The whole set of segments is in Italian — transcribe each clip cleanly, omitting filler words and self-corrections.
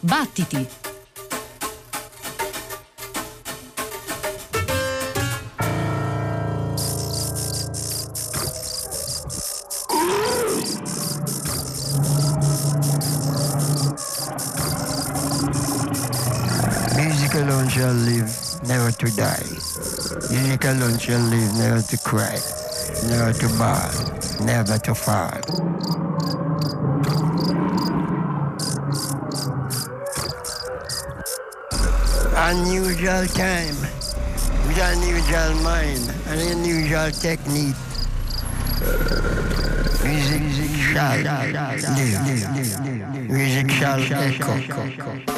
Battiti! Music alone shall live, never to die. Music alone shall live, never to cry, never to bawl, never to fall. Unusual time, with unusual mind, and unusual technique. Music shall live, music shall echo.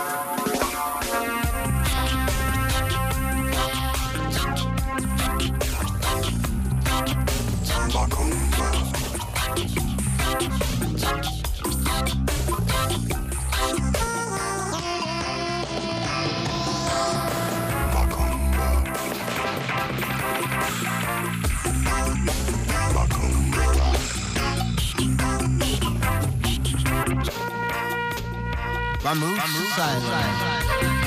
Move silent.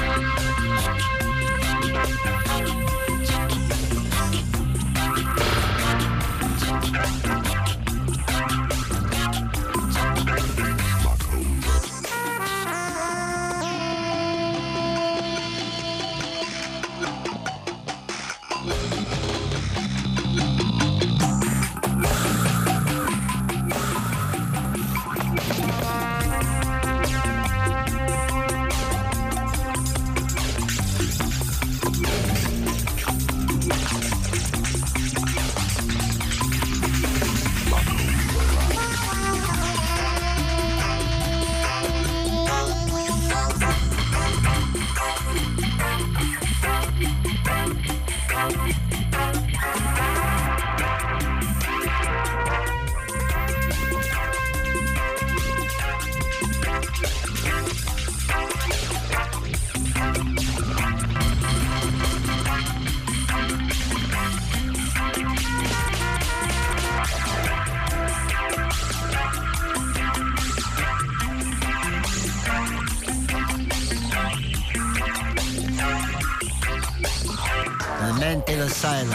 Mental asylum.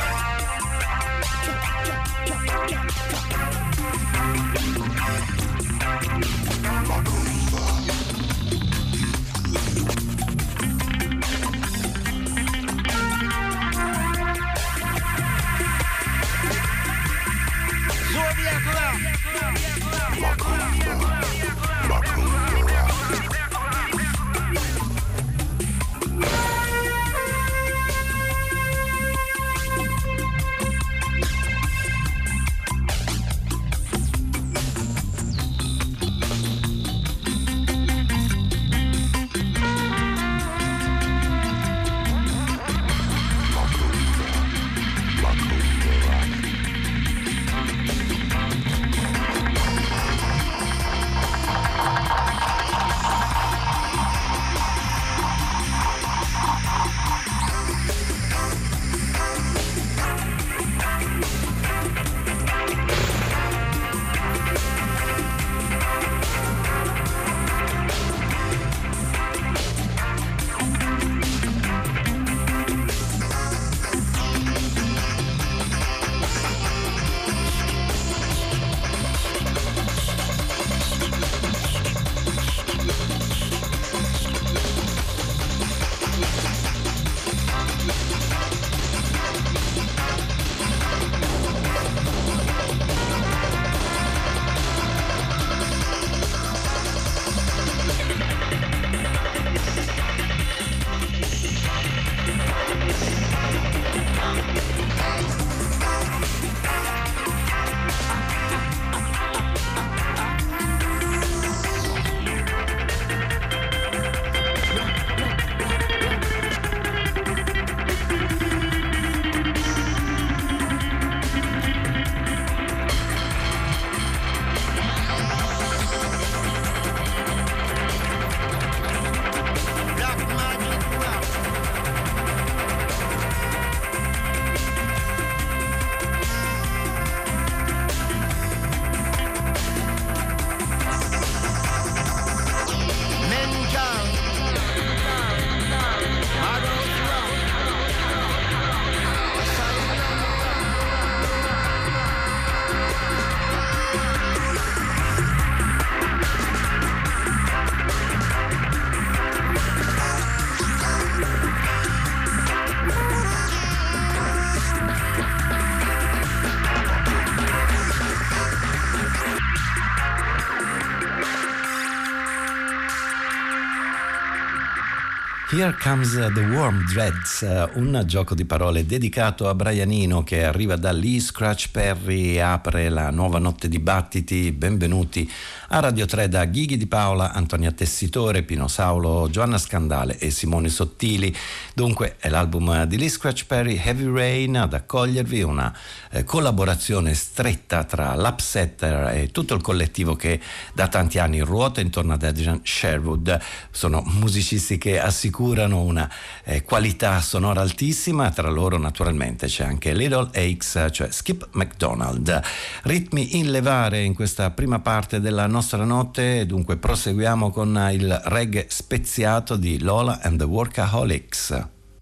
Here Comes the Warm Dreads, un gioco di parole dedicato a Brian Eno che arriva da Lee Scratch Perry e apre la nuova notte di battiti. Benvenuti a Radio 3 da Ghighi Di Paola, Antonia Tessitore, Pino Saulo, Giovanna Scandale e Simone Sottili. Dunque è l'album di Lee Scratch Perry, Heavy Rain, ad accogliervi, una collaborazione stretta tra l'Upsetter e tutto il collettivo che da tanti anni ruota intorno ad Adrian Sherwood. Sono musicisti che assicurano una qualità sonora altissima. Tra loro naturalmente c'è anche Little Aches, cioè Skip McDonald. Ritmi in levare in questa prima parte della nostra notte, dunque proseguiamo con il reggae speziato di Lola and the Workaholics.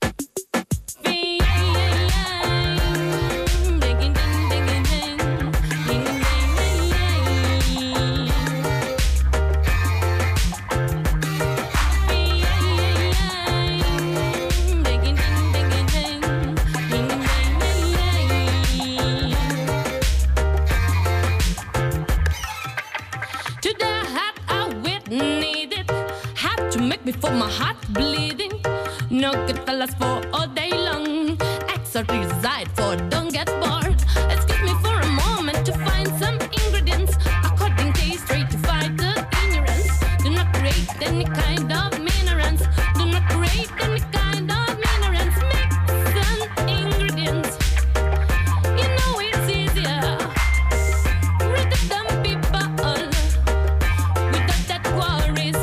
Before my heart bleeding, no good fellas for all day long. Exercise for don't get bored. Excuse me for a moment to find some ingredients according taste, straight to fight the ignorance. Do not create any kind of minerals. Do not create any kind of minerals. Mix some ingredients. You know it's easier. Rid of them people without that worries.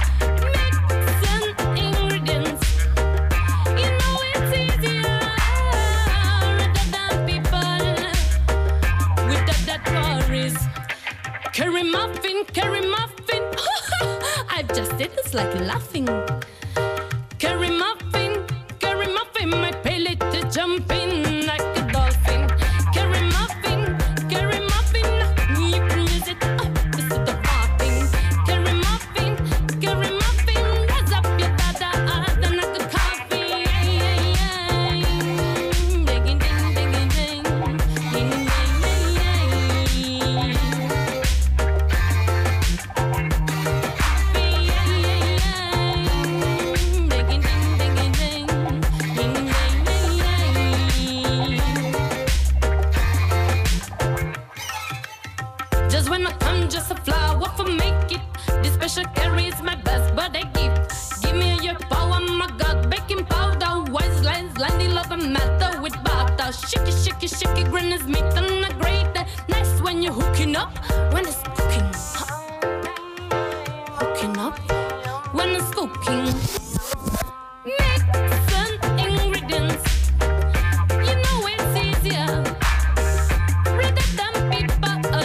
Curry muffin, I've just said it's like laughing. Curry muffin, my palate to jump in like a dolphin. Curry muffin, you can use it, this is the popping. Curry muffin, rise up your dada, then like a coffee. Ding, ding, ding, ding, ding. Just a flower for make it. This special curry is my best birthday gift. Give me your power, my God, baking powder. Wise lines, landing love and matter with butter. Shaky, shaky, shaky, grin is meat and a great. Nice when you're hooking up, when it's cooking. Hooking up, when it's cooking. Mix some ingredients. You know it's easier. Rid of them people.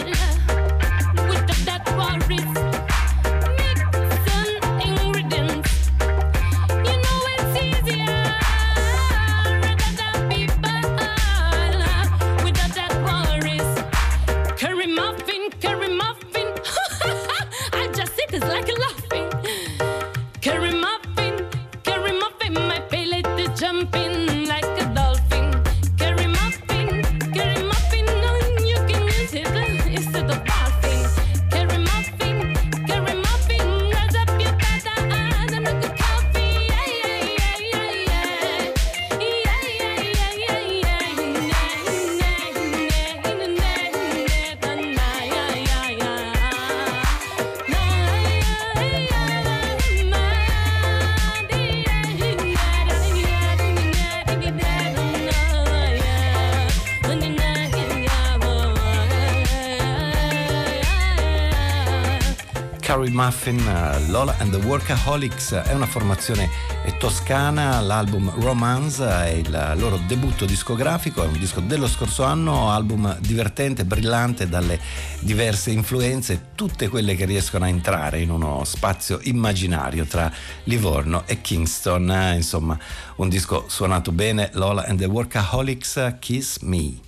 Curry Muffin, Lola and the Workaholics è una formazione toscana. L'album Romance è il loro debutto discografico, è un disco dello scorso anno, album divertente, brillante dalle diverse influenze, tutte quelle che riescono a entrare in uno spazio immaginario tra Livorno e Kingston. Insomma, un disco suonato bene. Lola and the Workaholics, Kiss Me.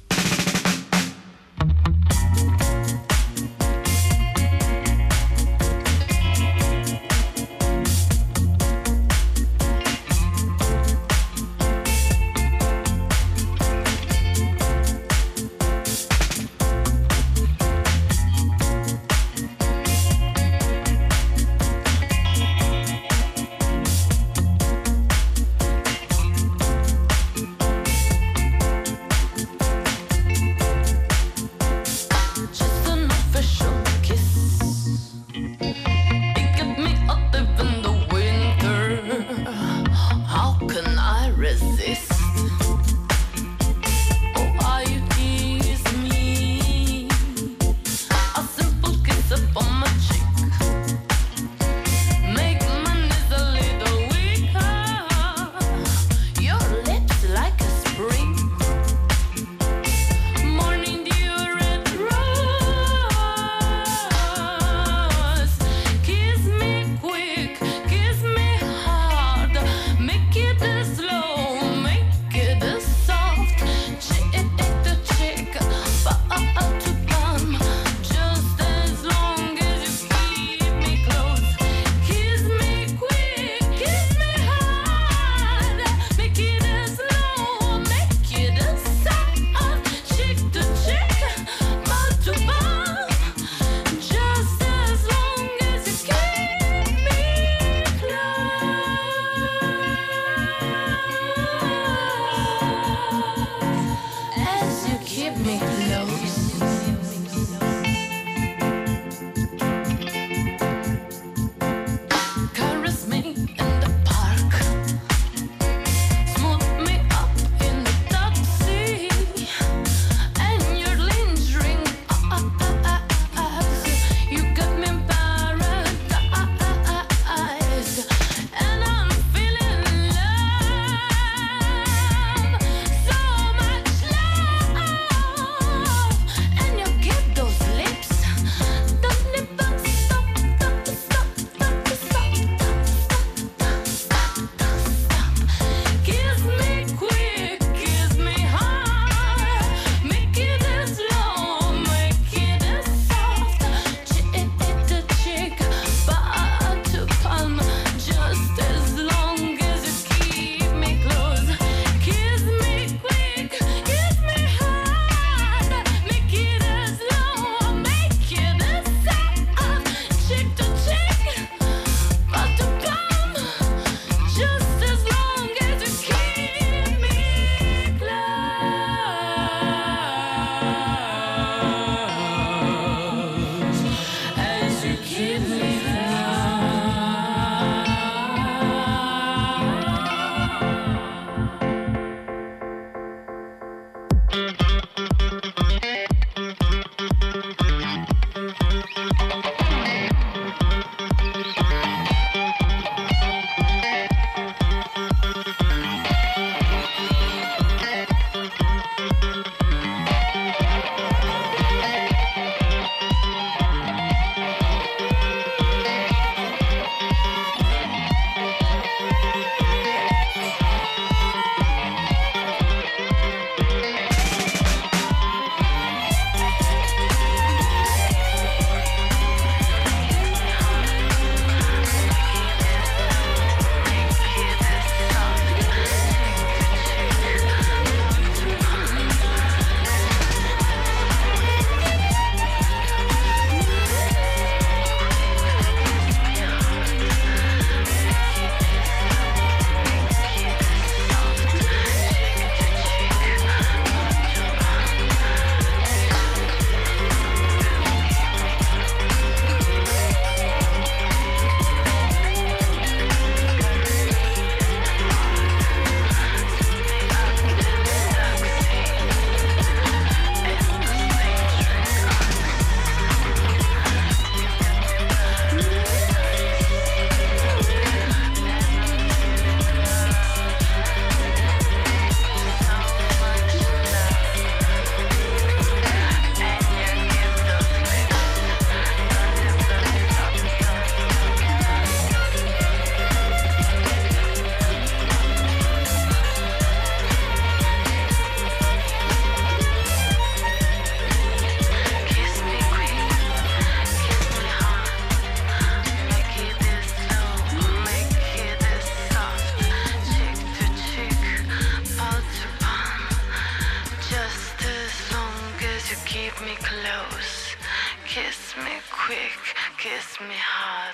me close, kiss me quick, kiss me hard.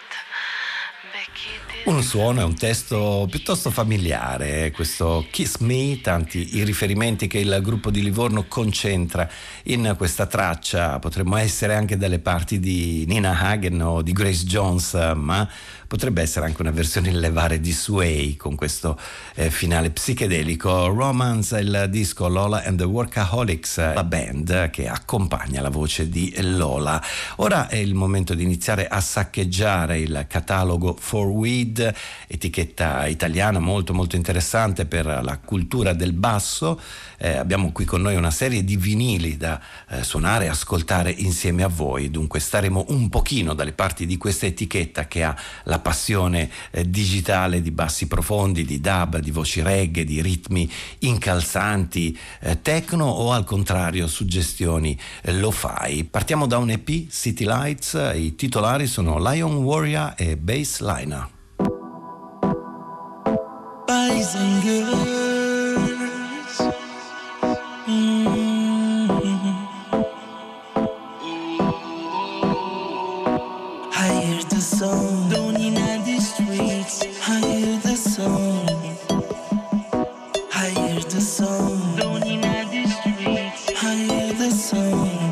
Un suono e un testo piuttosto familiare, questo Kiss Me, tanti i riferimenti che il gruppo di Livorno concentra in questa traccia. Potremmo essere anche dalle parti di Nina Hagen o di Grace Jones, ma potrebbe essere anche una versione in levare di Sway con questo finale psichedelico. Romance, il disco Lola and the Workaholics, la band che accompagna la voce di Lola. Ora è il momento di iniziare a saccheggiare il catalogo For Weed, etichetta italiana molto molto interessante per la cultura del basso. Abbiamo qui con noi una serie di vinili da suonare e ascoltare insieme a voi, dunque staremo un pochino dalle parti di questa etichetta che ha la passione digitale di bassi profondi, di dub, di voci reggae, di ritmi incalzanti, techno o al contrario suggestioni lo-fi. Partiamo da un EP, City Lights, i titolari sono Lion Warrior e Bassliner. Boys and girls, I hear the song down in the streets. I hear the song. I hear the song down in the streets. I hear the song.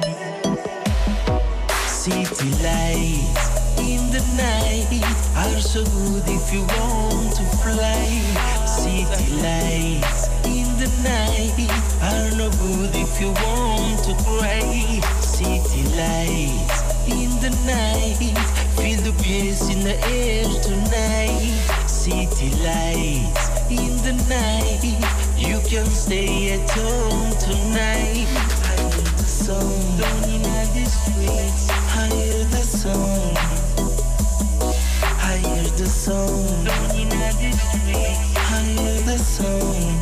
City lights in the night are so good if you want to fly. City lights in the night are no good if you want to cry. City lights in the night, feel the bass in the air tonight. City lights in the night, you can stay at home tonight. I hear the song down in the streets. I hear the song. I hear the song down in the streets. I hear the song.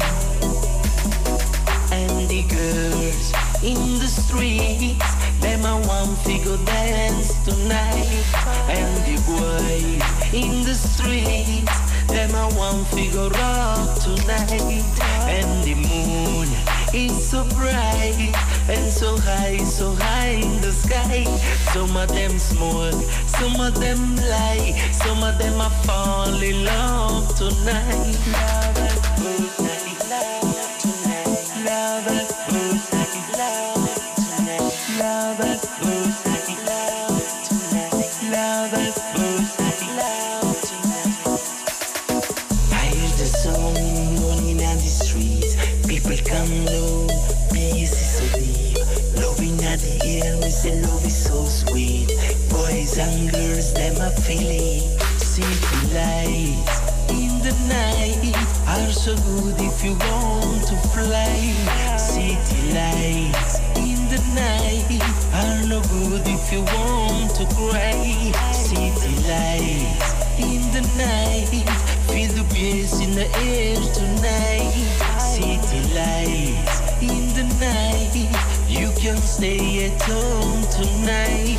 And the girls in the streets, them a one figure dance tonight. And the boys in the streets, them a one figure rock tonight. And the moon is so bright and so high in the sky. Some of them smoke, some of them lie, some of them a fall in love tonight. Love at first sight, love tonight. Love at first sight, love tonight. Love at first sight, love tonight. Love at first sight, love tonight. I hear the song running on the streets. People come low, peace is so deep. Loving at the air, we say love is so sweet. Boys and girls, them a feeling. City lights in the night are so good if you want to fly. City lights in the night are no good if you want to cry. City lights in the night, feel the bass in the air tonight. City lights in the night, you can stay at home tonight.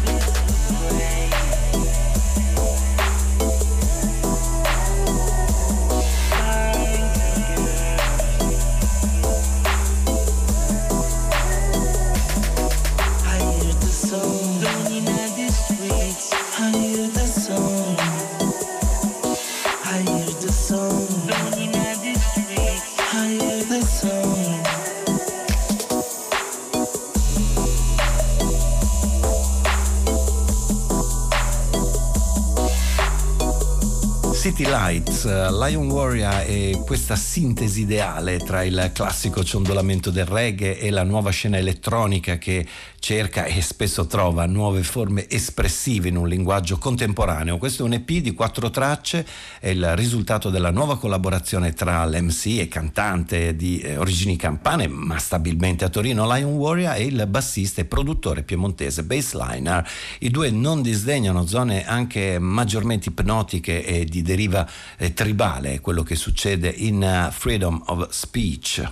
City Lights, Lion Warrior è questa sintesi ideale tra il classico ciondolamento del reggae e la nuova scena elettronica che cerca e spesso trova nuove forme espressive in un linguaggio contemporaneo. Questo è un EP di 4 tracce, è il risultato della nuova collaborazione tra l'MC e cantante di origini campane ma stabilmente a Torino Lion Warrior e il bassista e produttore piemontese Bassliner. I due non disdegnano zone anche maggiormente ipnotiche e di deriva tribale, quello che succede in Freedom of Speech.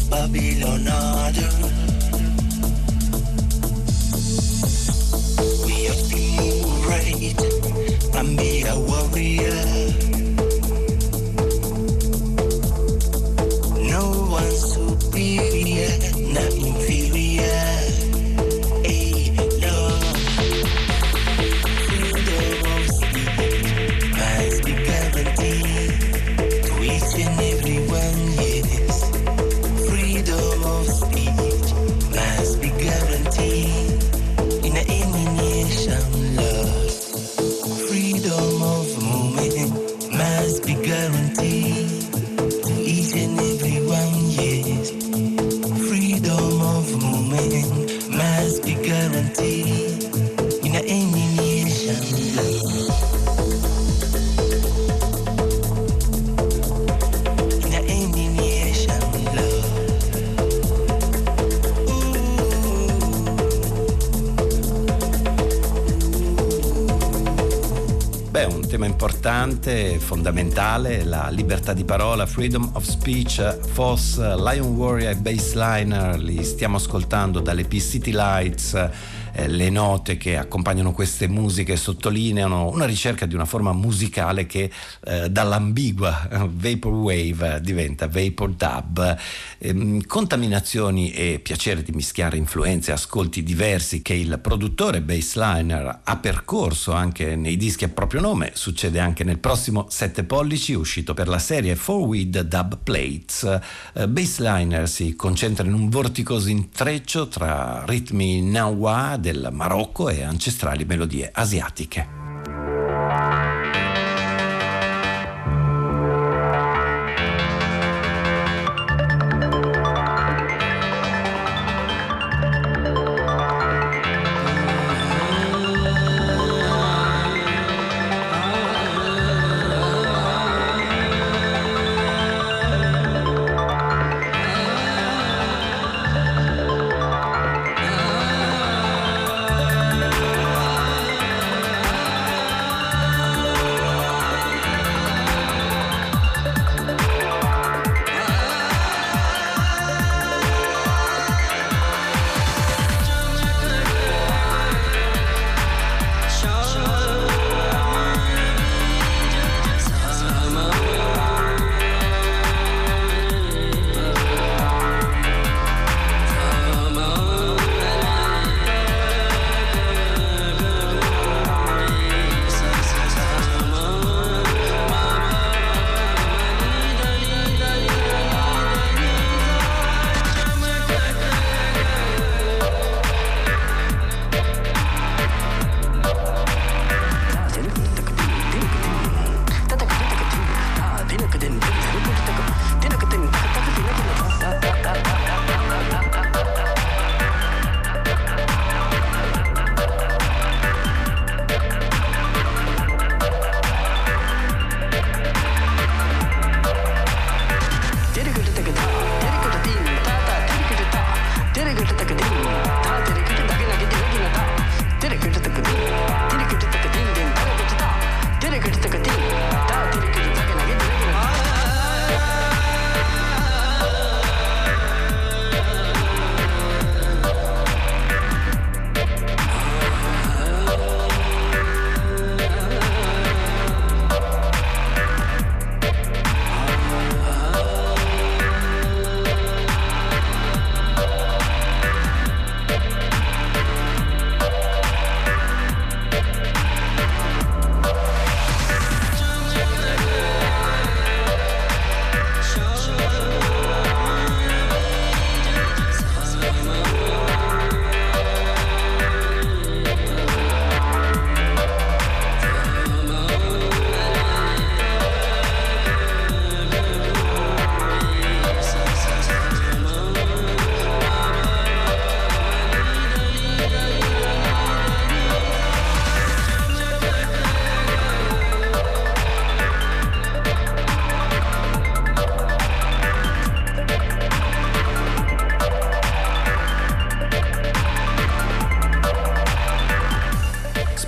Babylon order. We have to move right and be a warrior. No one superior, not inferior. Hey, no. Freedom of speech must be guaranteed to each and everyone, yes. Freedom of speech must be guaranteed in any nation, Lord. Freedom of movement must be guaranteed to each and everyone, yes. Freedom of movement must be guaranteed in any nation, Lord. In any nation, Lord. Beh, un tema importante, fondamentale, la libertà di parola, freedom of speech. Foss, Lion Warrior e Bassliner li stiamo ascoltando dall'EP City Lights. Le note che accompagnano queste musiche sottolineano una ricerca di una forma musicale che dall'ambigua vaporwave diventa vapor dub. Contaminazioni e piacere di mischiare influenze e ascolti diversi che il produttore Bassliner ha percorso anche nei dischi a proprio nome succede anche nel prossimo 7 pollici uscito per la serie 4-Weed Dub Plates. Bassliner si concentra in un vorticoso intreccio tra ritmi Nawa del Marocco e ancestrali melodie asiatiche.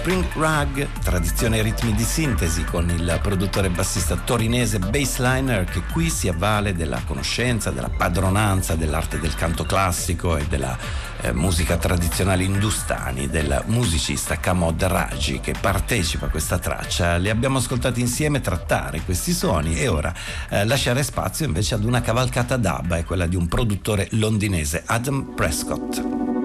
Spring Rag, tradizione e ritmi di sintesi, con il produttore e bassista torinese Bassliner, che qui si avvale della conoscenza, della padronanza dell'arte del canto classico e della musica tradizionale hindustani del musicista Kamod Raji, che partecipa a questa traccia. Li abbiamo ascoltati insieme trattare questi suoni e ora lasciare spazio invece ad una cavalcata dub, è quella di un produttore londinese, Adam Prescott.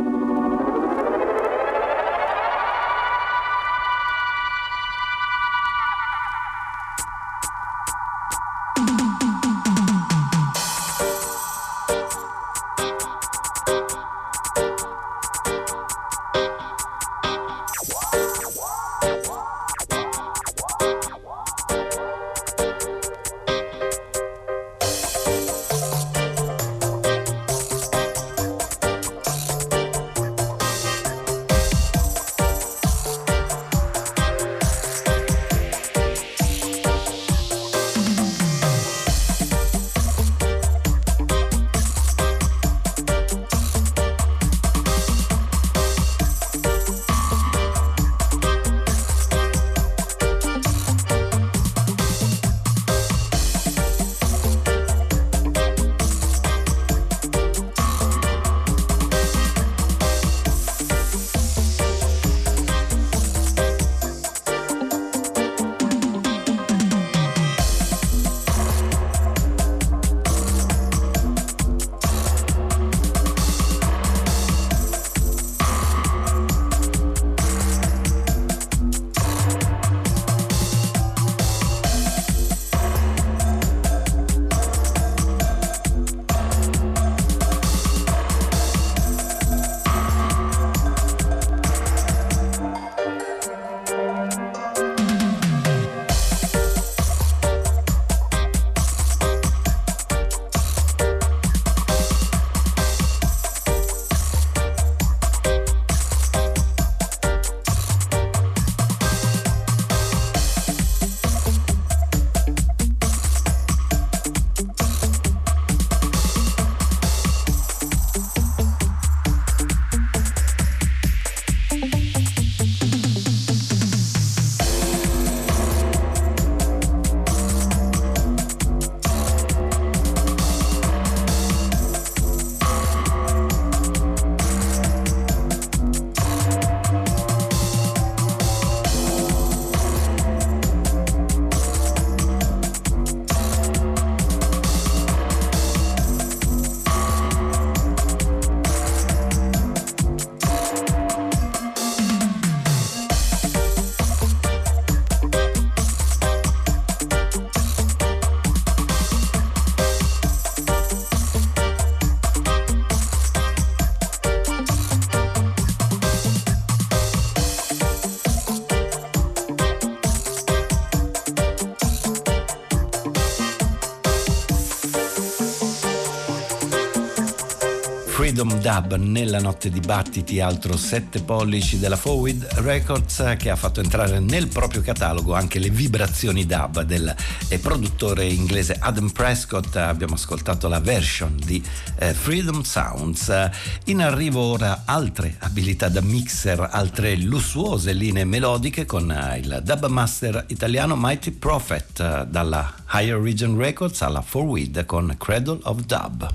Freedom Dub nella notte di battiti, altro 7 pollici della Forward Records, che ha fatto entrare nel proprio catalogo anche le vibrazioni dub del produttore inglese Adam Prescott. Abbiamo ascoltato la version di Freedom Sounds. In arrivo ora altre abilità da mixer, altre lussuose linee melodiche con il dub master italiano Mighty Prophet, dalla Higher Region Records alla Forward con Cradle of Dub.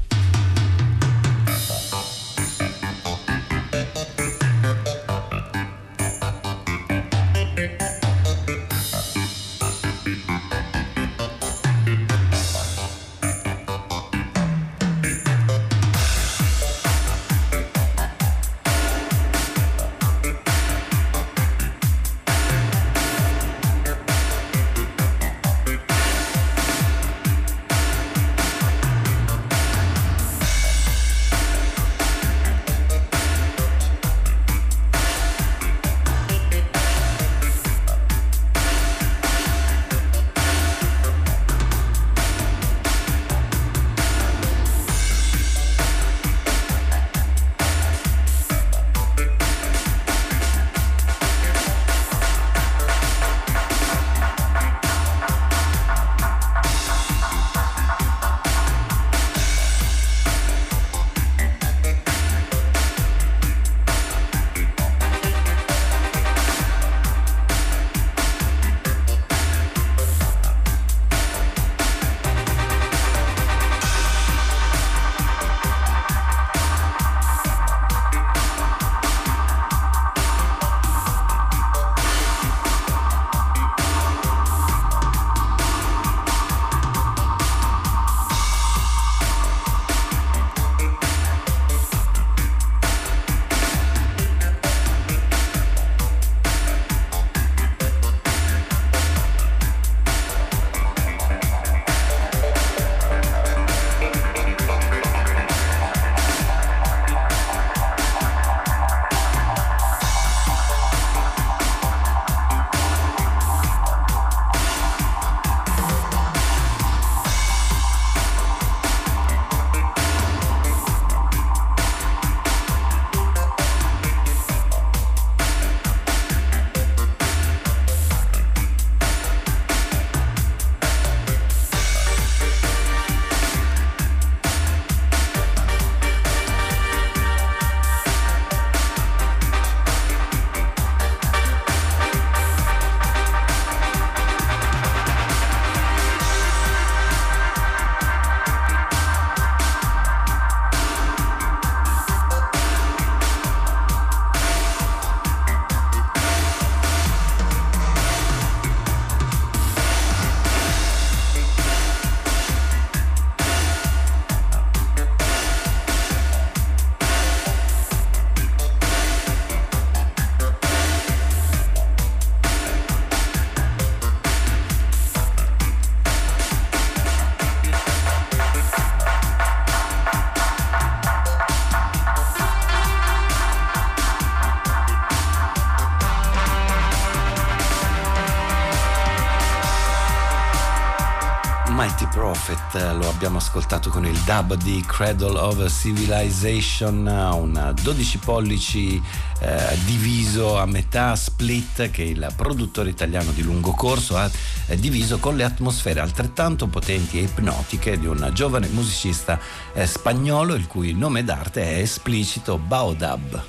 Prophet, lo abbiamo ascoltato con il dub di Cradle of Civilization, un 12 pollici diviso a metà, split, che il produttore italiano di lungo corso ha diviso con le atmosfere altrettanto potenti e ipnotiche di un giovane musicista spagnolo il cui nome d'arte è esplicito Baodab.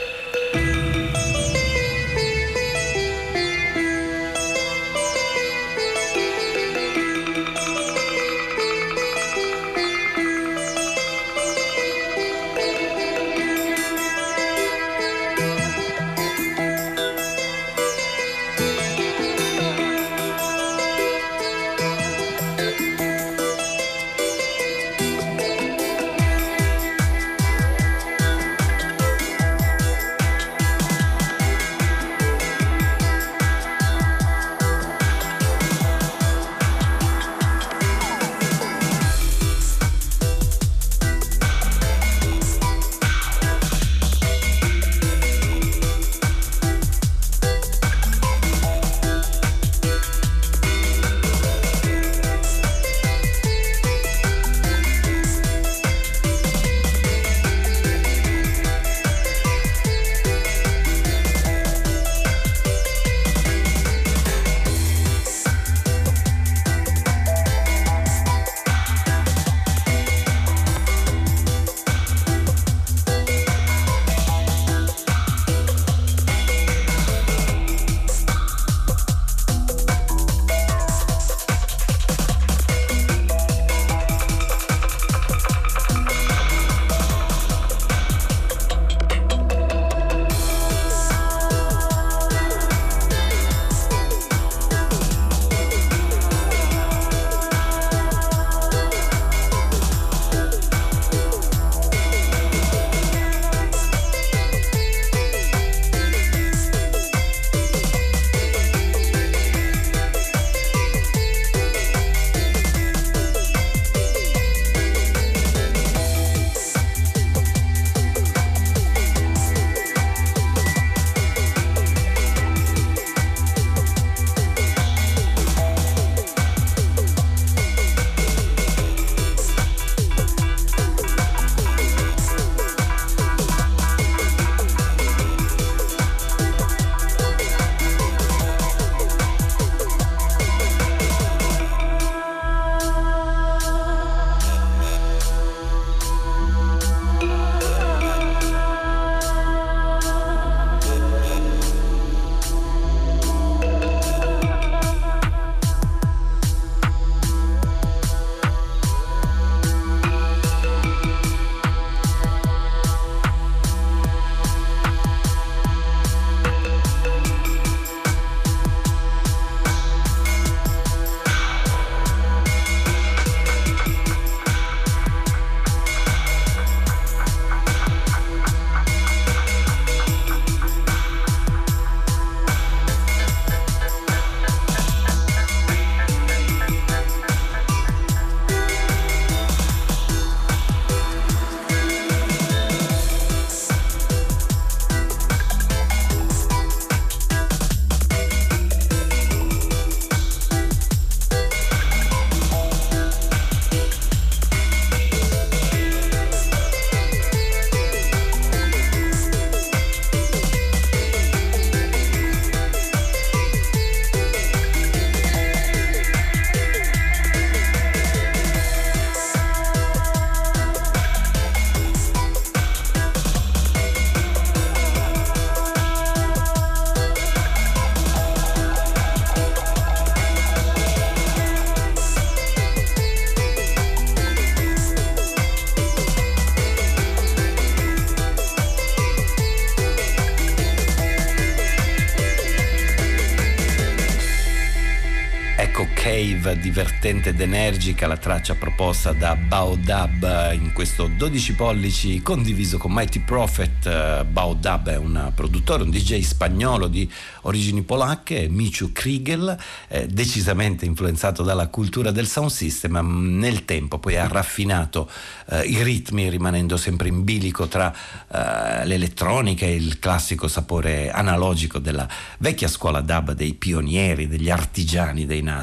Cave, divertente ed energica, la traccia proposta da Baodab in questo 12 pollici condiviso con Mighty Prophet. Baodab è un produttore, un DJ spagnolo di origini polacche, Michu Kriegel, decisamente influenzato dalla cultura del sound system, ma nel tempo poi ha raffinato i ritmi, rimanendo sempre in bilico tra l'elettronica e il classico sapore analogico della vecchia scuola dub, dei pionieri, degli artigiani dei nastri.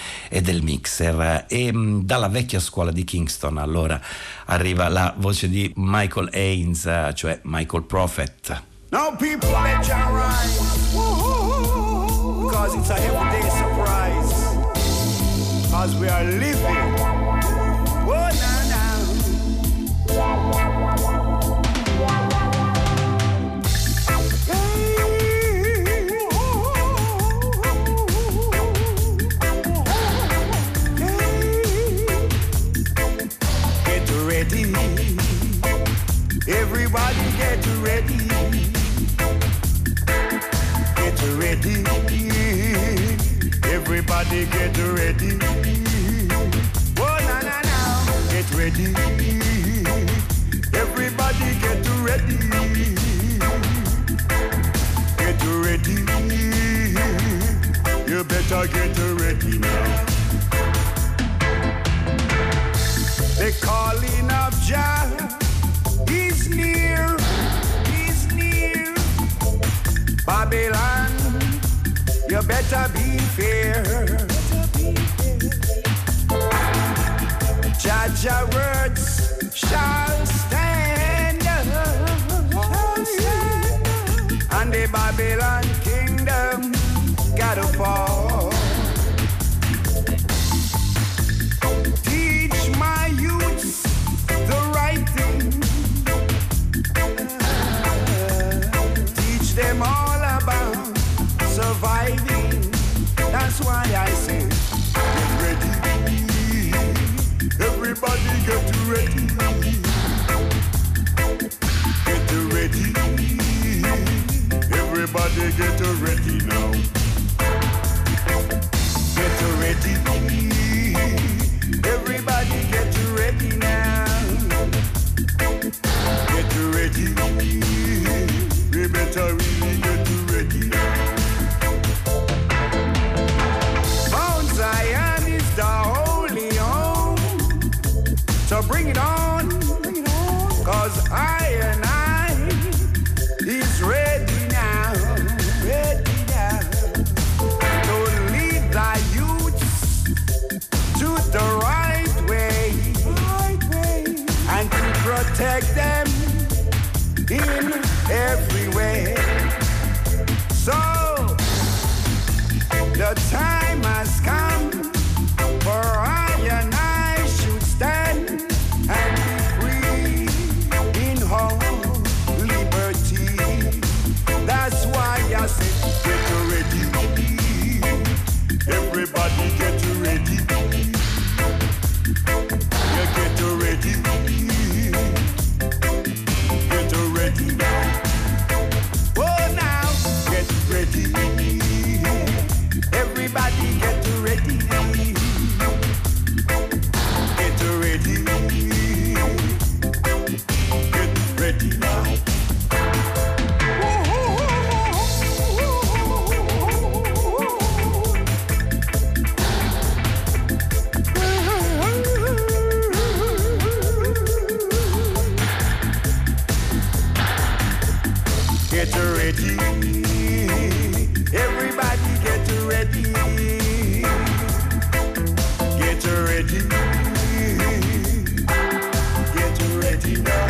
e del mixer. E dalla vecchia scuola di Kingston allora arriva la voce di Michael Haynes, cioè Michael Prophet. Now people let you rise, cause it's a everyday surprise, cause we are living, oh now now. Get ready, everybody get ready. Get ready, everybody get ready. Oh, na na na, get ready, everybody get ready. Get ready, you better get ready now. The calling of Jah is near, is near. Babylon, you better be fair. Jah words shall stand, and the Babylon kingdom gotta fall. Teach my youths the right thing. Teach them all about surviving. That's why I say, get ready. Everybody get ready. Get ready. Everybody get ready now. Get ready. Everybody get ready now. Get ready. We better really get ready now. Mount Zion is the holy home, so bring it on, cause I and I is ready now, ready now. To lead the youths to the right way, and to protect them in every way. So the time has come for I and I should stand and be free in whole liberty. That's why I say, get ready. Everybody get ready. You get ready. Get ready now. Oh, now get ready. Everybody get ready. Get ready. Get ready now. Get ready. Everybody get ready. Get ready. Get ready now.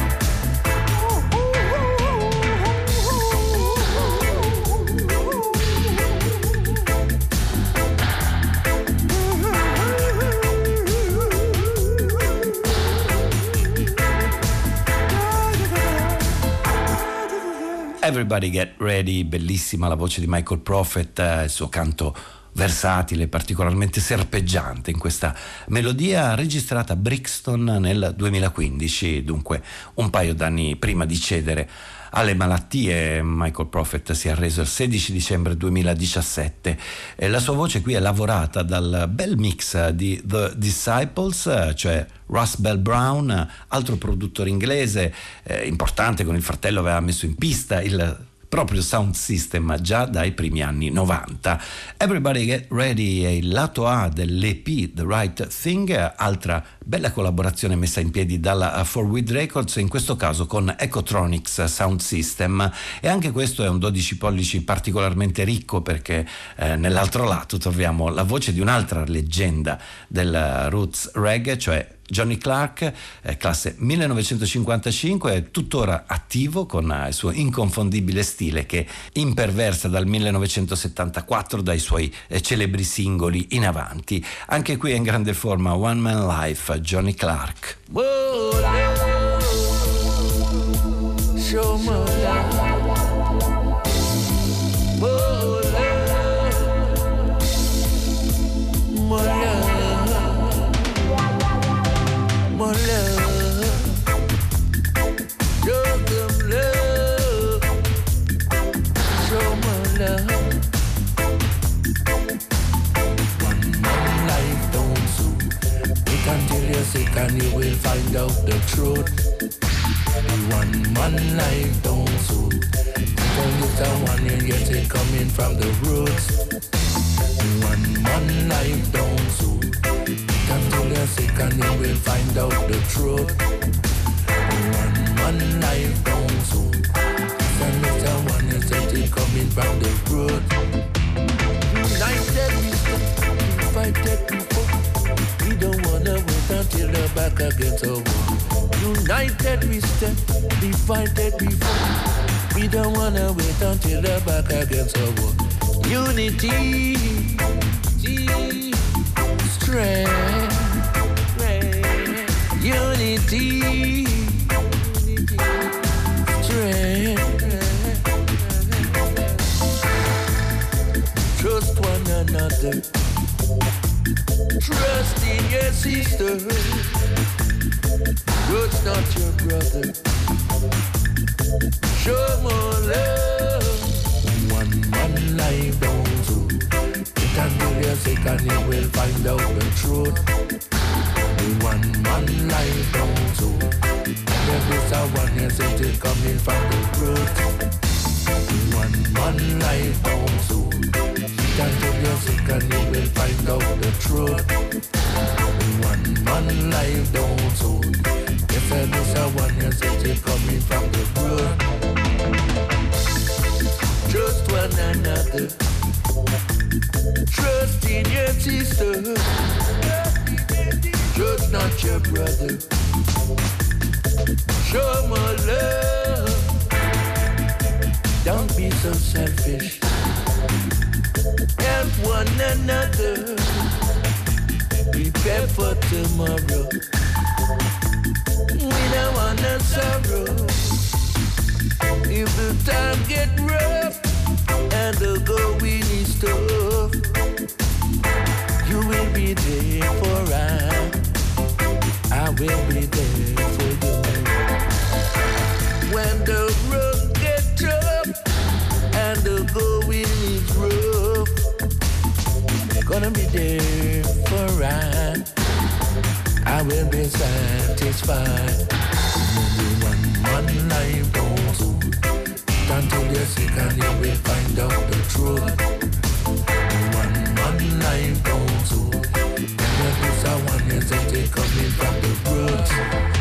Everybody Get Ready, bellissima la voce di Michael Prophet, il suo canto versatile, particolarmente serpeggiante in questa melodia registrata a Brixton nel 2015, dunque un paio d'anni prima di cedere alle malattie. Michael Prophet si è arreso il 16 dicembre 2017 e la sua voce qui è lavorata dal bel mix di The Disciples, cioè Russ Bell Brown, altro produttore inglese importante, con il fratello aveva messo in pista il proprio Sound System già dai primi anni 90. Everybody Get Ready è il lato A dell'EP The Right Thing, altra bella collaborazione messa in piedi dalla 4With Records, in questo caso con Ecotronics Sound System, e anche questo è un 12 pollici particolarmente ricco perché nell'altro lato troviamo la voce di un'altra leggenda del roots reggae, cioè Johnny Clark, classe 1955, è tuttora attivo con il suo inconfondibile stile che imperversa dal 1974 dai suoi celebri singoli in avanti. Anche qui è in grande forma One Man Life, Johnny Clark. Show my love. More love, show them love, show more love. One man life don't suit. Wait until you're sick and you will find out the truth. One man life don't suit. Don't look at one and get it coming from the roots. One man life don't suit. Until you're sick and you will find out the truth. One man life don't suit. And if the one is that it coming from the root. United we stand, divided we fall. We don't wanna wait until the back against a wall. United we stand, divided we fall. We don't wanna wait until the back against a wall. Unity, strength, unity, strength. Trust one another. Trust in your sister. Trust not your brother. Show more love. One man life don't do. It until you're sick and you will find out the truth. One man life don't do. There is a one is it coming from the root. One man life don't do. It until you're sick and you will find out the truth. One man life don't do. If there is a one is it coming from the root. Trust one another. Trust in your sister. Trust not your brother. Show more love. Don't be so selfish. Help one another. Prepare for tomorrow. We don't want no sorrow. If the time get rough and the going is tough, you will be there for I will be there for you. When the road gets tough and the going is rough, gonna be there for I will be satisfied. One life don't suit. Until you're sick and you will find out the truth. One life don't suit. There is a one is that it coming from the roots.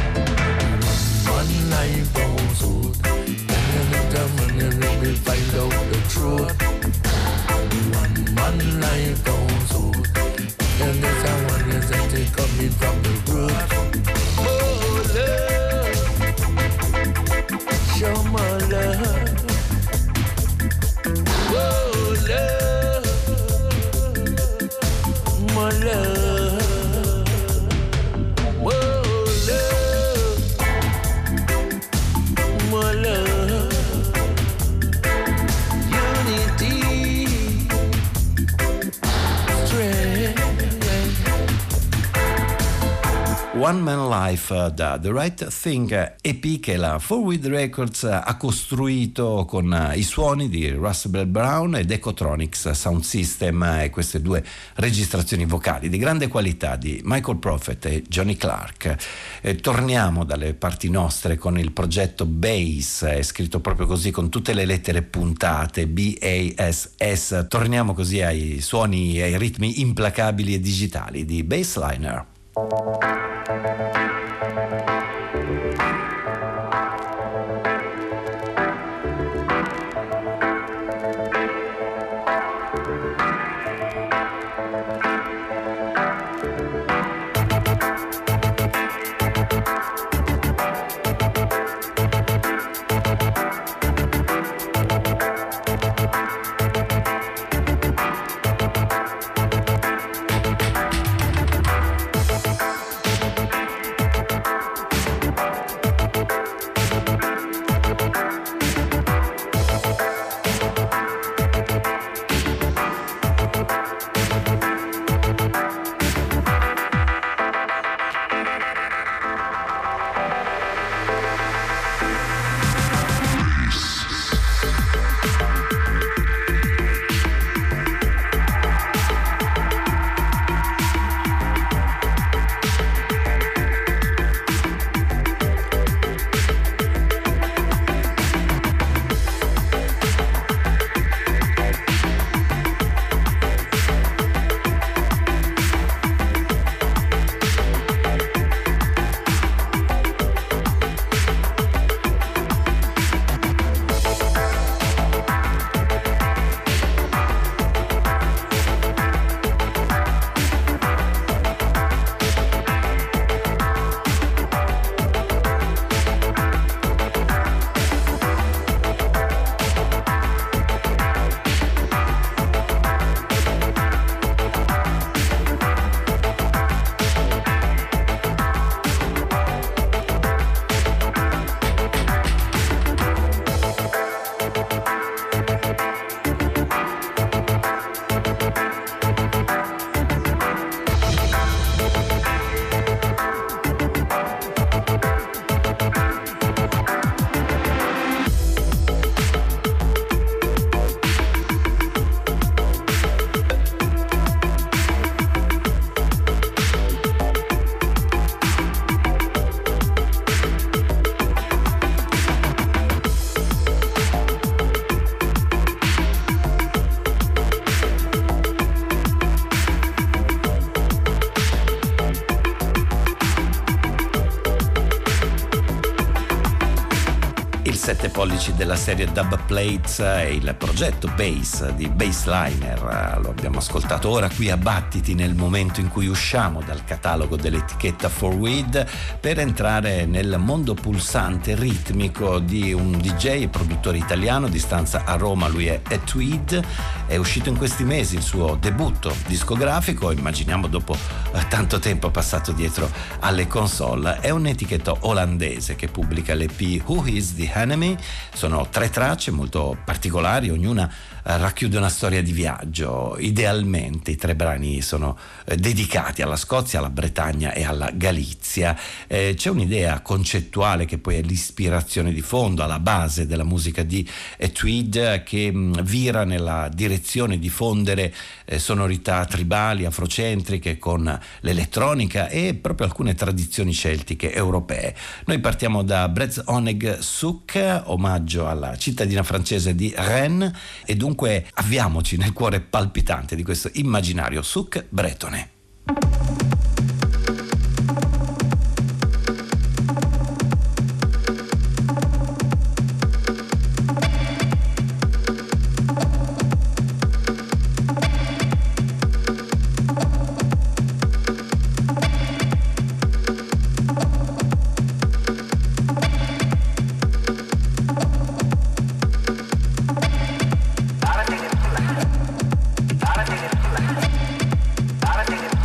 One life don't suit. And you look down and you will find out the truth. One life don't suit. And there's a one is that it coming from the roots. Oh love, show my love. One Man Life da The Right Thing, EP che la Forward Records ha costruito con i suoni di Russell Bell Brown ed Ecotronics Sound System, e queste due registrazioni vocali di grande qualità di Michael Prophet e Johnny Clark. Torniamo dalle parti nostre con il progetto Bass, è scritto proprio così con tutte le lettere puntate, BASS. Torniamo così ai suoni e ai ritmi implacabili e digitali di Bassliner. Il 7 pollici della serie Dub Plates è il progetto Bass di Bassliner. Lo abbiamo ascoltato ora qui a Battiti, nel momento in cui usciamo dal catalogo dell'etichetta Forward per entrare nel mondo pulsante ritmico di un DJ e produttore italiano di stanza a Roma. Lui è Tweed, è uscito in questi mesi il suo debutto discografico, immaginiamo dopo tanto tempo passato dietro alle console. È un'etichetta olandese che pubblica l'EP Who Is The Enemy. Sono 3 tracce molto particolari, ognuna racchiude una storia di viaggio. Idealmente i 3 brani sono dedicati alla Scozia, alla Bretagna e alla Galizia. C'è un'idea concettuale che poi è l'ispirazione di fondo alla base della musica di Tweed, che vira nella direzione di fondere sonorità tribali, afrocentriche con l'elettronica e proprio alcune tradizioni celtiche europee. Noi partiamo da Brez Oneg Souk, omaggio alla cittadina francese di Rennes, e dunque avviamoci nel cuore palpitante di questo immaginario souk bretone. I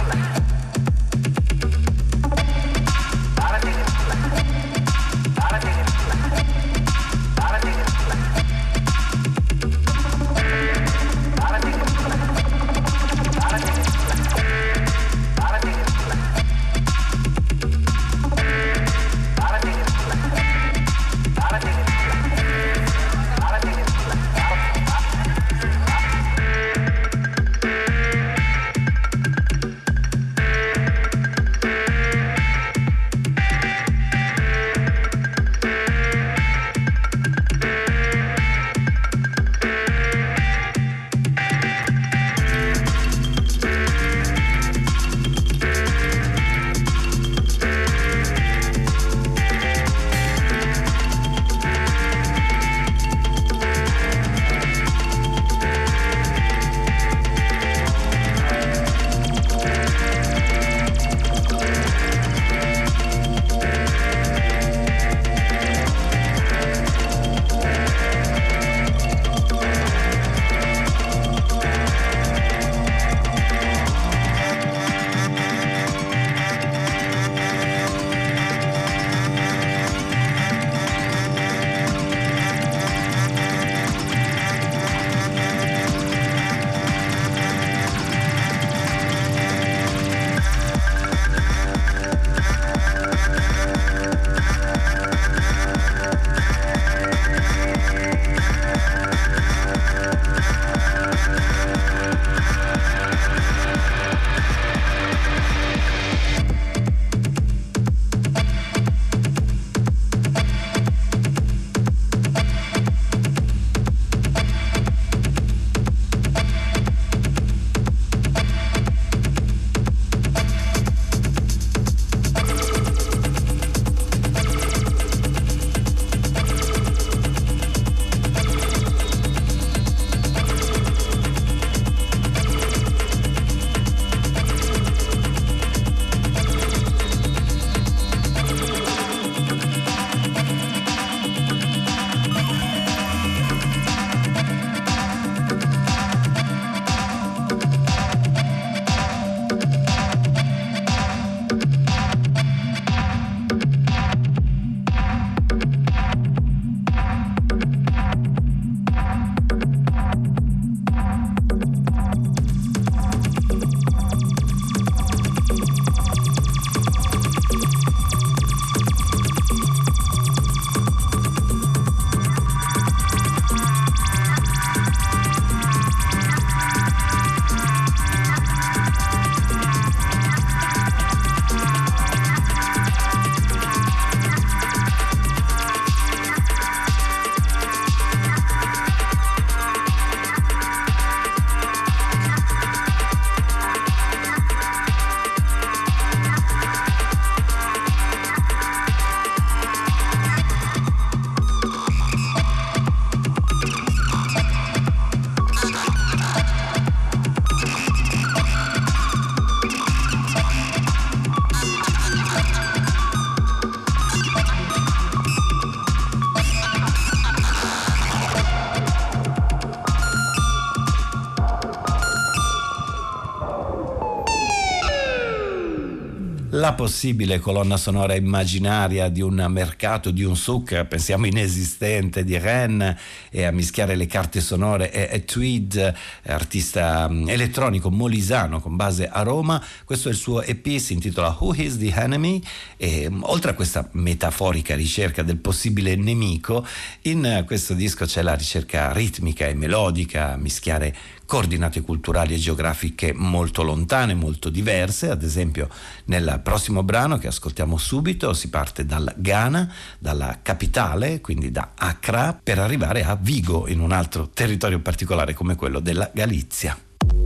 la possibile colonna sonora immaginaria di un mercato, di un souk, pensiamo inesistente, di Ren, e a mischiare le carte sonore e Tweed, artista elettronico molisano con base a Roma. Questo è il suo EP, si intitola Who is the Enemy, e oltre a questa metaforica ricerca del possibile nemico, in questo disco c'è la ricerca ritmica e melodica, mischiare coordinate culturali e geografiche molto lontane, molto diverse. Ad esempio nel prossimo brano che ascoltiamo subito si parte dal Ghana, dalla capitale, quindi da Accra, per arrivare a Vigo, in un altro territorio particolare come quello della Galizia.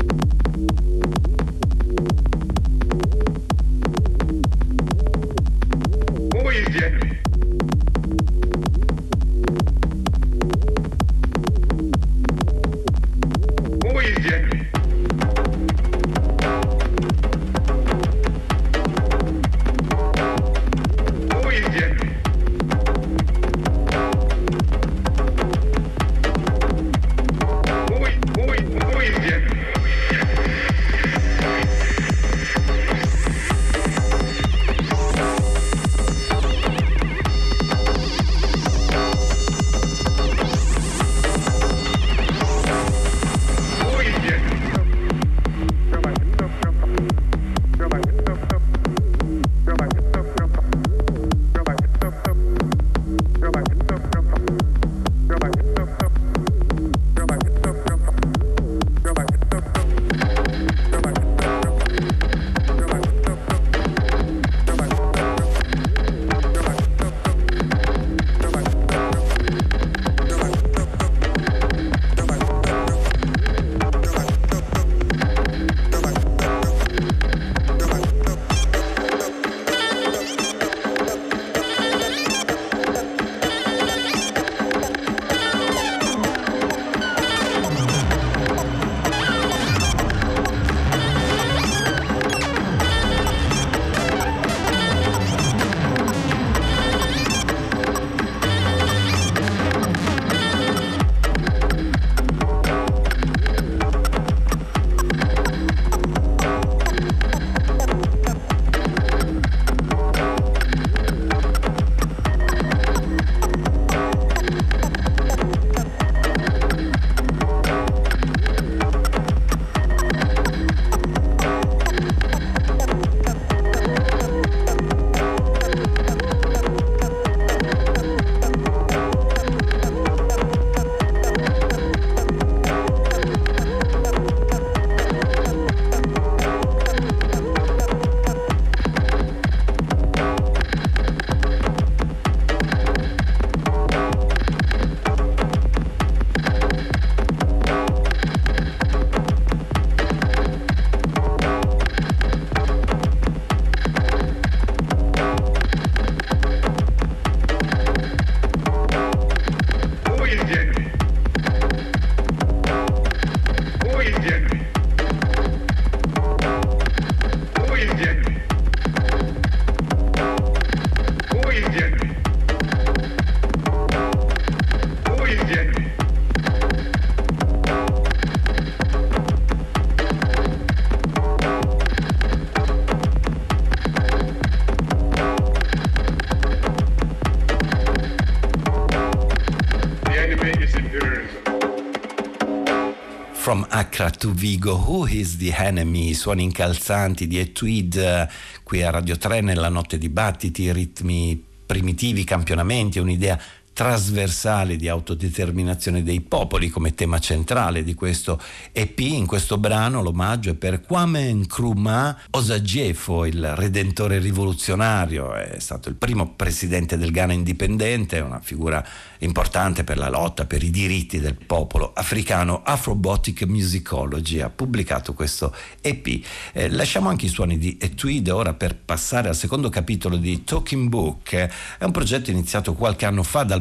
From Accra to Vigo, Who is the Enemy? Suoni incalzanti di Tweed qui a Radio 3 nella notte dibattiti, ritmi primitivi, campionamenti, un'idea trasversale di autodeterminazione dei popoli come tema centrale di questo EP. In questo brano l'omaggio è per Kwame Nkrumah Osagyefo, il redentore rivoluzionario. È stato il primo presidente del Ghana indipendente, una figura importante per la lotta per i diritti del popolo africano. Afrobotic Musicology ha pubblicato questo EP. Lasciamo anche i suoni di Tweed ora per passare al secondo capitolo di Talking Book. È un progetto iniziato qualche anno fa dal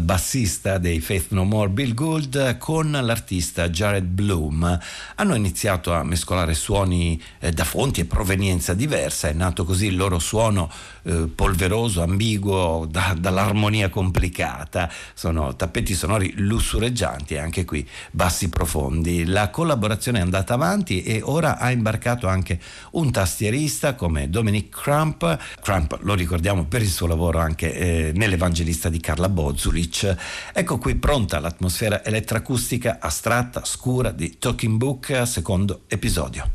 bassista dei Faith No More Bill Gould con l'artista Jared Bloom. Hanno iniziato a mescolare suoni da fonti e provenienza diversa, è nato così il loro suono polveroso, ambiguo, dall'armonia complicata. Sono tappeti sonori lussureggianti e anche qui bassi profondi. La collaborazione è andata avanti e ora ha imbarcato anche un tastierista come Dominic Crump. Crump lo ricordiamo per il suo lavoro anche nell'Evangelista di Carla Bozulic. Ecco qui pronta l'atmosfera elettroacustica astratta, scura di Talking Book, secondo episodio.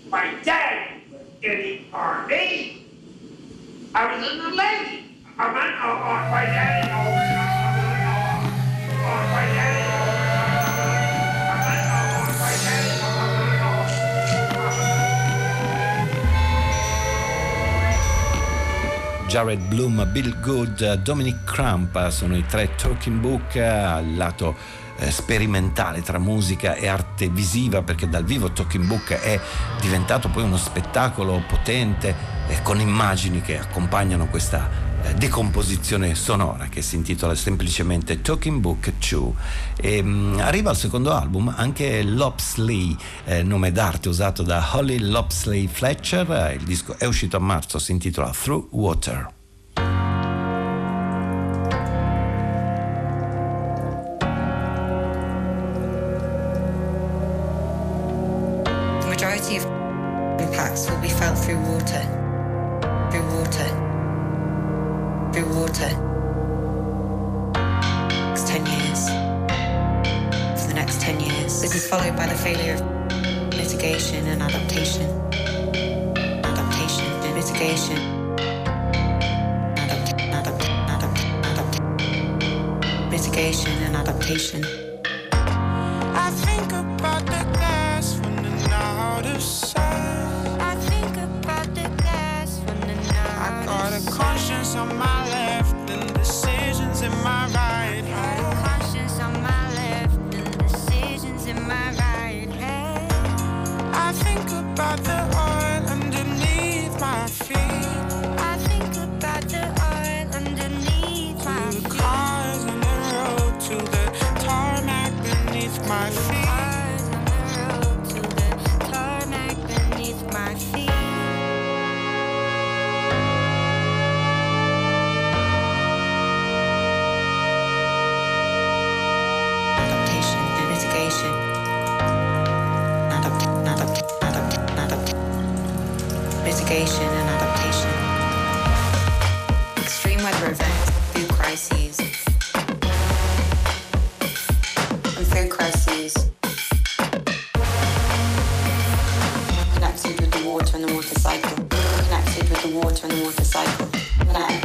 My dad was in the Army. I was in the Navy. My daddy. Jared Bloom, Bill Good, Dominic Crump sono i tre Talking Book al lato sperimentale tra musica e arte visiva, perché dal vivo Talking Book è diventato poi uno spettacolo potente con immagini che accompagnano questa decomposizione sonora che si intitola semplicemente Talking Book 2. Arriva al secondo album anche Lopsley, nome d'arte usato da Holly Lopsley Fletcher. Il disco è uscito a marzo, si intitola Through Water. The majority of impacts will be felt through water. Through water. Through water. Next 10 years. For the next 10 years. This is followed by the failure of mitigation and adaptation. Adaptation and mitigation. Mitigation and adaptation. I think about the gas running out of sight. I think about the gas running out. I got a conscience on my left and decisions in my right hand. Conscience on my left and decisions in my right hand. I think about the oil underneath my feet. I think about the oil underneath my feet. The cars on the road to the tarmac beneath my feet. Cars on the road to the tarmac beneath my feet. Adaptation and mitigation. Mitigation and adaptation. Extreme weather events, food crises. And food crises. Connected with the water and the water cycle. Connected with the water and the water cycle. Connected.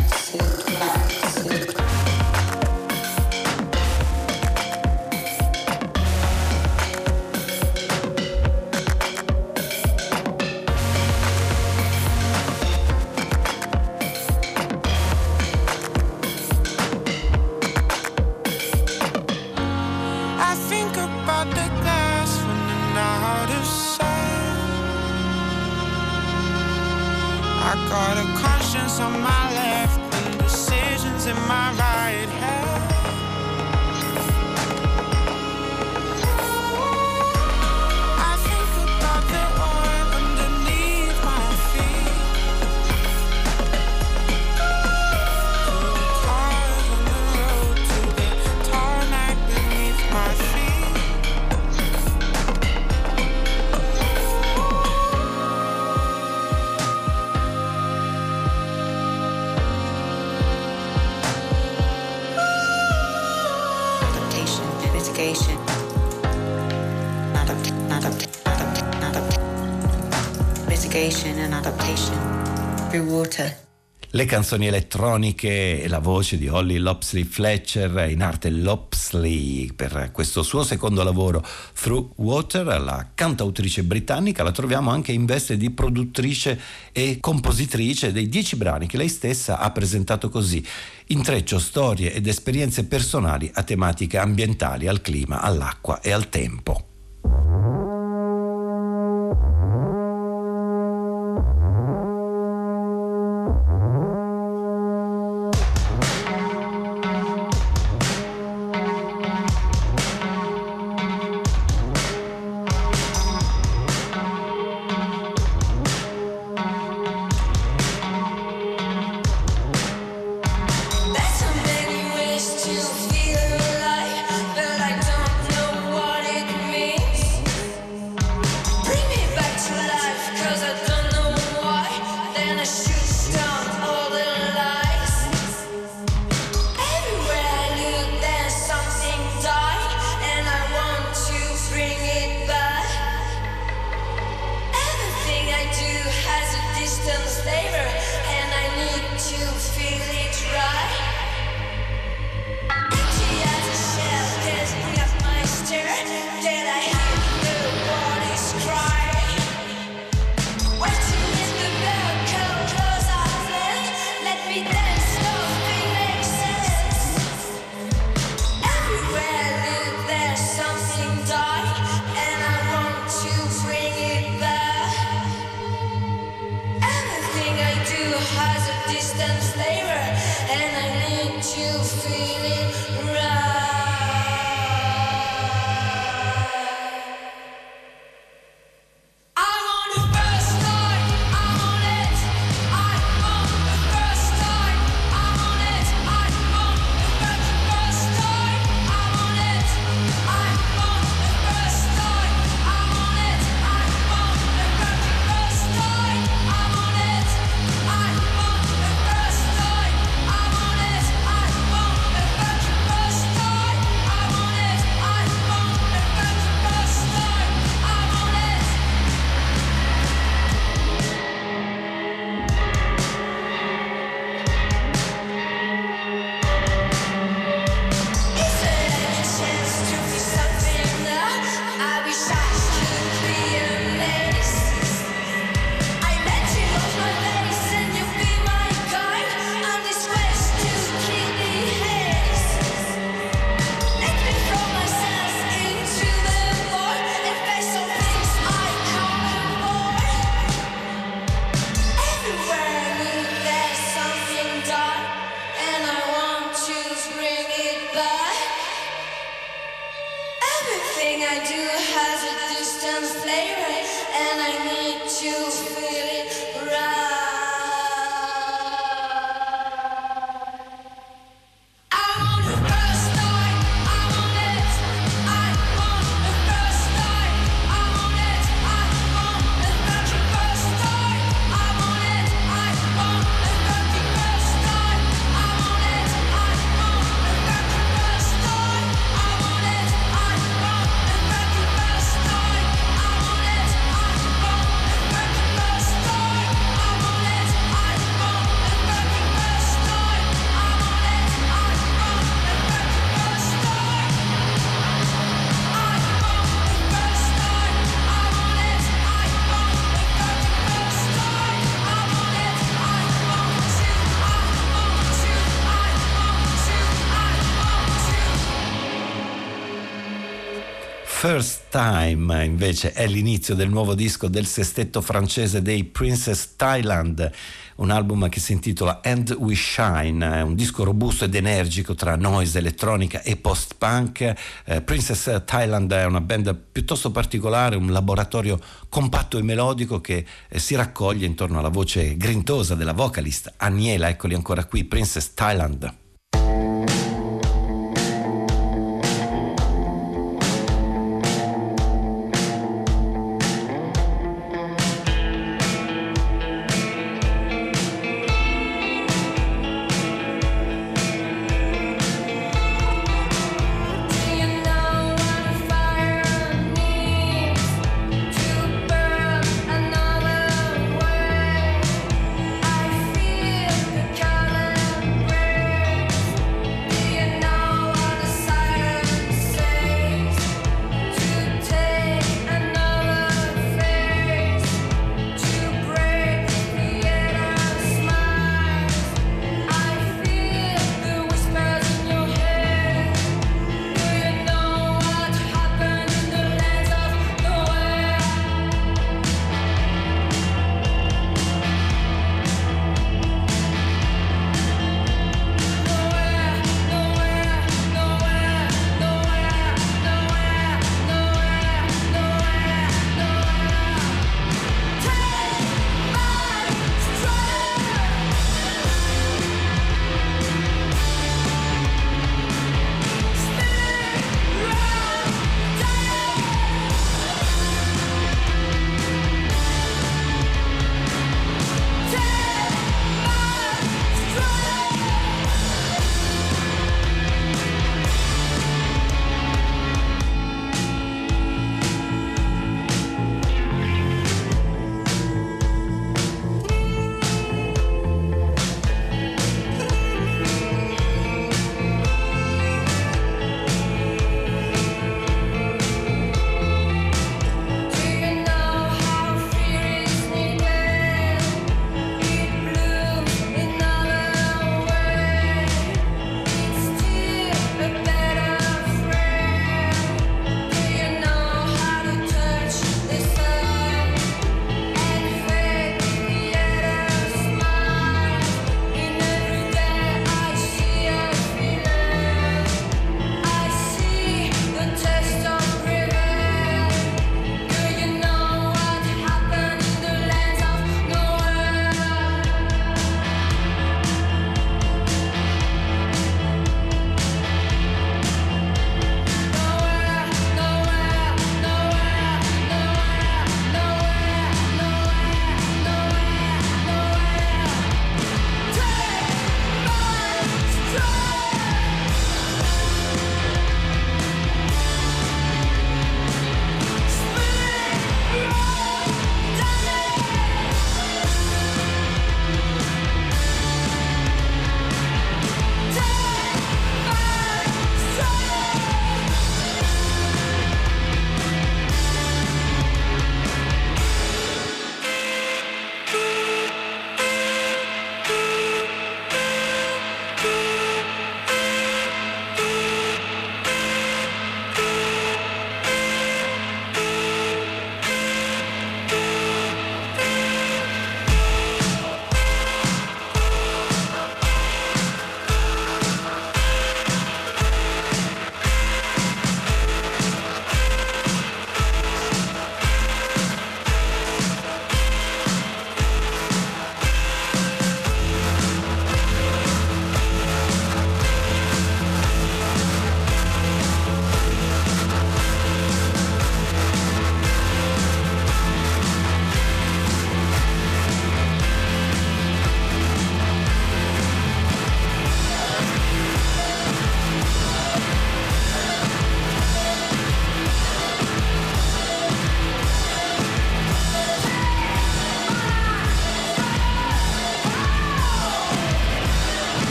I think about the gas running out of sight. I got a conscience on my left and decisions in my right hand. I think about the oil underneath my feet. The cars on the road to the tarmac beneath my feet. Adaptation and mitigation. Mitigation and adaptation. Through water. Le canzoni elettroniche e la voce di Holly Lopsley Fletcher, in arte Lopsley, per questo suo secondo lavoro Through Water. La cantautrice britannica la troviamo anche in veste di produttrice e compositrice dei 10 brani che lei stessa ha presentato così: intreccio storie ed esperienze personali a tematiche ambientali, al clima, all'acqua e al tempo. There's so many ways to feel alive, but I don't know what it means. First Time invece è l'inizio del nuovo disco del sestetto francese dei Princess Thailand, un album che si intitola And We Shine, è un disco robusto ed energico tra noise, elettronica e post-punk. Princess Thailand è una band piuttosto particolare, un laboratorio compatto e melodico che si raccoglie intorno alla voce grintosa della vocalist Aniela. Eccoli ancora qui, Princess Thailand. Feel the color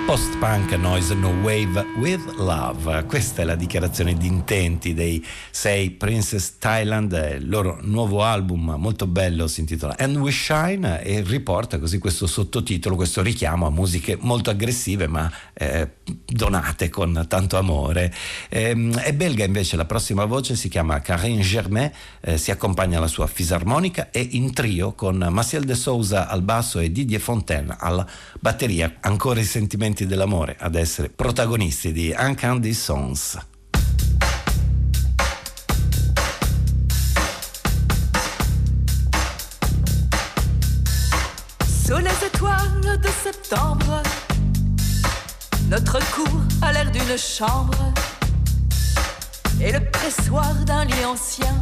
Post-punk noise no wave with love. Questa è la dichiarazione di intenti dei 6 Princess Thailand. Il loro nuovo album molto bello si intitola And We Shine e riporta così questo sottotitolo, questo richiamo a musiche molto aggressive ma donate con tanto amore. È belga invece la prossima voce, si chiama Karine Germain, si accompagna alla sua fisarmonica e in trio con Maciel de Souza al basso e Didier Fontaine alla batteria. Ancora i sentimenti dell'amore ad essere protagonisti di Incandescence. Sous les étoiles de septembre, notre cour a l'air d'une chambre et le pressoir d'un lit ancien.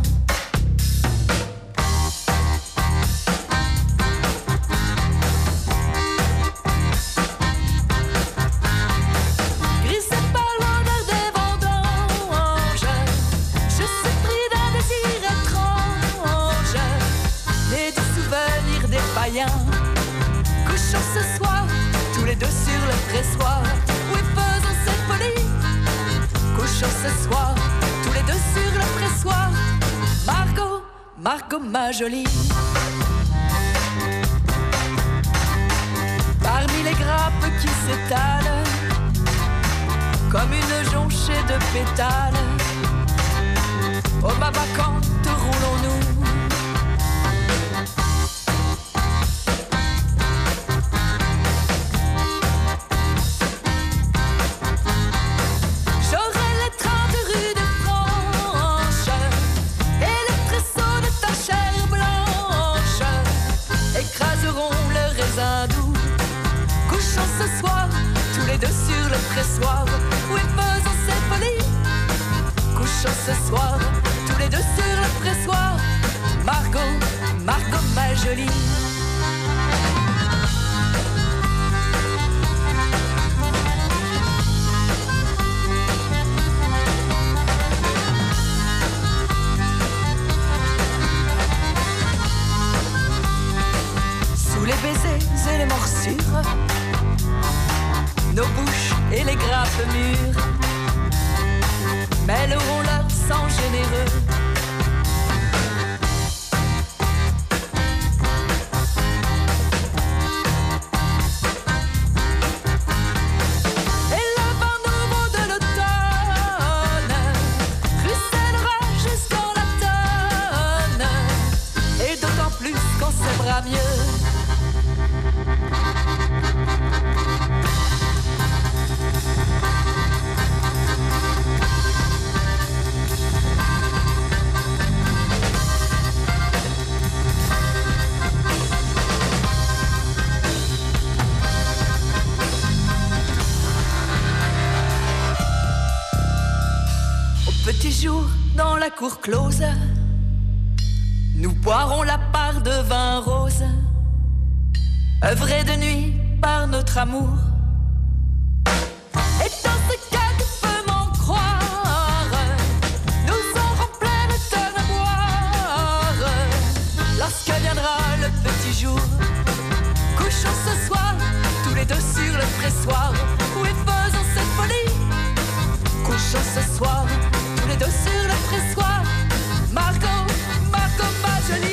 Couchons ce soir, tous les deux sur le pressoir. Oui, faisons cette folie. Couchons ce soir, tous les deux sur le pressoir. Margot, Margot ma jolie. Parmi les grappes qui s'étalent comme une jonchée de pétales, oh ma vacante, roulons-nous. Ce soir, tous les deux sur le pressoir. Oui, faisons cette folie. Couchons ce soir, tous les deux sur le pressoir. Margot, Margot ma jolie. Sous les baisers et les morsures, nos bouches et les grappes mûres mêleront leur sang généreux. Et le vent nouveau de l'automne ruissellera jusqu'en l'automne, et d'autant plus qu'on s'aimera mieux. Petit jour dans la cour close, nous boirons la part de vin rose, œuvré de nuit par notre amour. Et dans ce cas, tu peux m'en croire, nous aurons plein de tonnes à boire. Lorsque viendra le petit jour, couchons ce soir, tous les deux sur le pressoir. Oui, faisons cette folie. Couchons ce soir, tous les deux sur le pressoir. Margot, Margot ma jolie.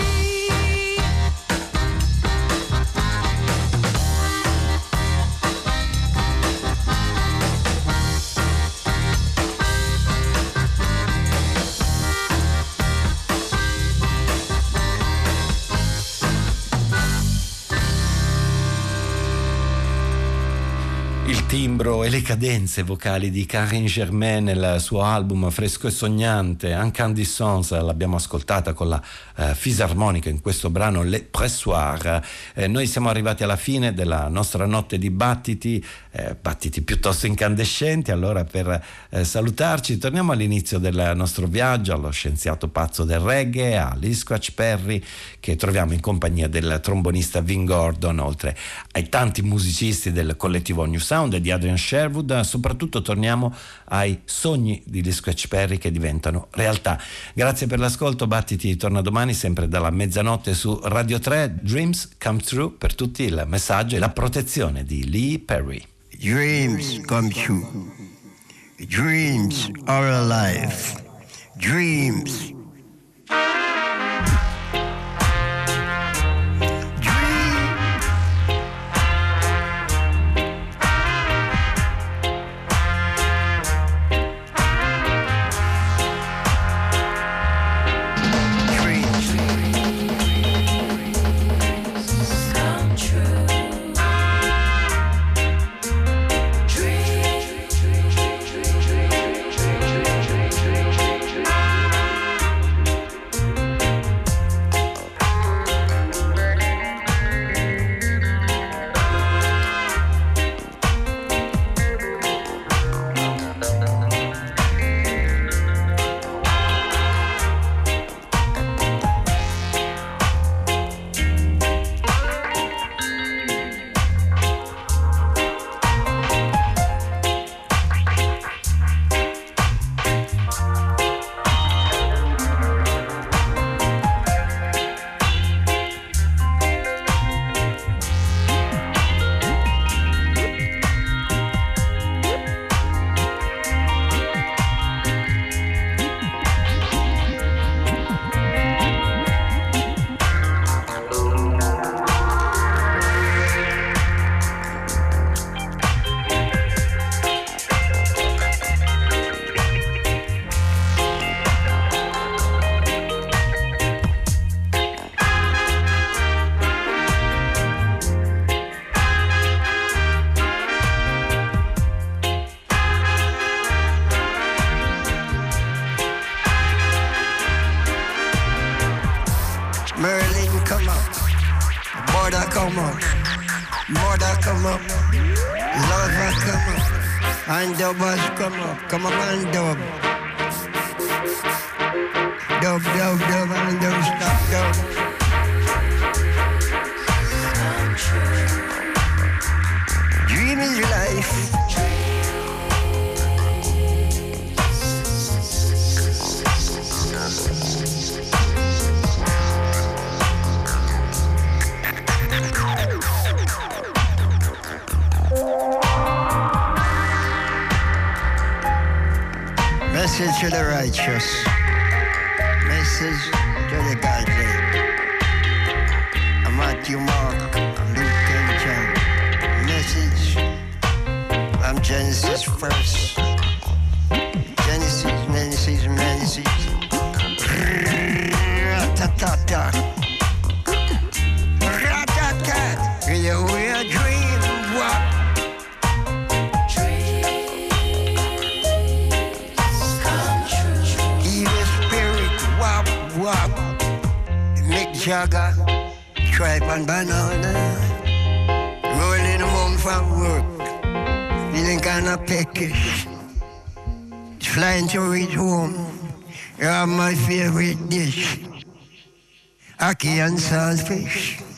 Il timbro e le cadenze vocali di Karine Germain nel suo album Fresco e Sognante, Incandescence, l'abbiamo ascoltata con la fisarmonica in questo brano Le Pressoir. Noi siamo arrivati alla fine della nostra notte di battiti piuttosto incandescenti. Allora, per salutarci, torniamo all'inizio del nostro viaggio, allo scienziato pazzo del reggae, a Lee Scratch Perry, che troviamo in compagnia del trombonista Vin Gordon, oltre ai tanti musicisti del collettivo New Sound e di Adrian Sherwood. Soprattutto torniamo ai sogni di Lee Scratch Perry che diventano realtà. Grazie per l'ascolto. Battiti torna domani sempre dalla mezzanotte su Radio 3. Dreams come true per tutti, il messaggio e la protezione di Lee Perry. dreams come true. Dreams are alive. Dreams. Come on and dub. Dub, dub, dub, and don't stop, dub. Dream is life. Message to the righteous. Message to the godly. I'm Matthew, Mark, I'm Luke and John. Message from Genesis first. Genesis. Ra-ta-ta-ta. Ra-ta-ta. We are dream what? Mick Jagger, tripe and banana, rolling home from work, feeling kinda peckish, flying to reach home. You're my favorite dish, ackee and saltfish.